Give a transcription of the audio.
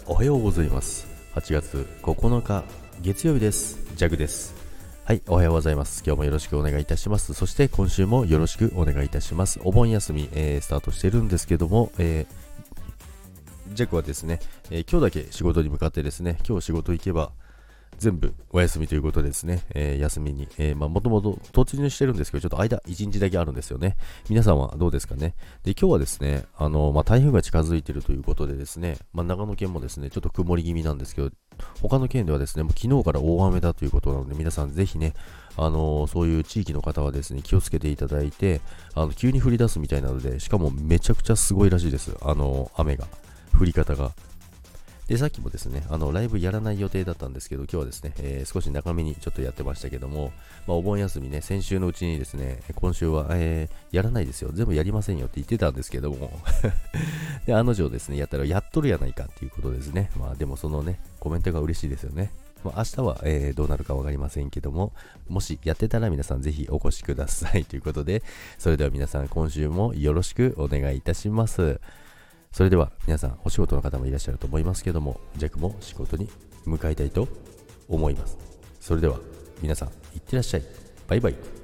おはようございます。8月9日月曜日です。ジャグです。はい、おはようございます。今日もよろしくお願いいたします。そして今週もよろしくお願いいたします。お盆休み、スタートしてるんですけども、ジャグはですね、今日だけ仕事に向かってですね、今日仕事行けば全部お休みということでですね、休みに、もともと突入してるんですけど、ちょっと間1日だけあるんですよね。皆さんはどうですかね。で、今日はですね、台風が近づいているということでですね、長野県もですね、ちょっと曇り気味なんですけど、他の県ではですね、もう昨日から大雨だということなので、皆さんぜひね、そういう地域の方はですね、気をつけていただいて、急に降り出すみたいなので、しかもめちゃくちゃすごいらしいです。雨が、降り方が。で、さっきもですね、ライブやらない予定だったんですけど、今日はですね、少し長めにちょっとやってましたけども、お盆休みね、先週のうちにですね、今週は、やらないですよ、全部やりませんよって言ってたんですけども、で、案の定ですね、やったらやっとるやないかっていうことですね。でもそのね、コメントが嬉しいですよね。明日は、どうなるかわかりませんけども、もしやってたら皆さんぜひお越しくださいということで、それでは皆さん今週もよろしくお願いいたします。それでは皆さんお仕事の方もいらっしゃると思いますけども、ジャックも仕事に向かいたいと思います。それでは皆さんいってらっしゃい。バイバイ。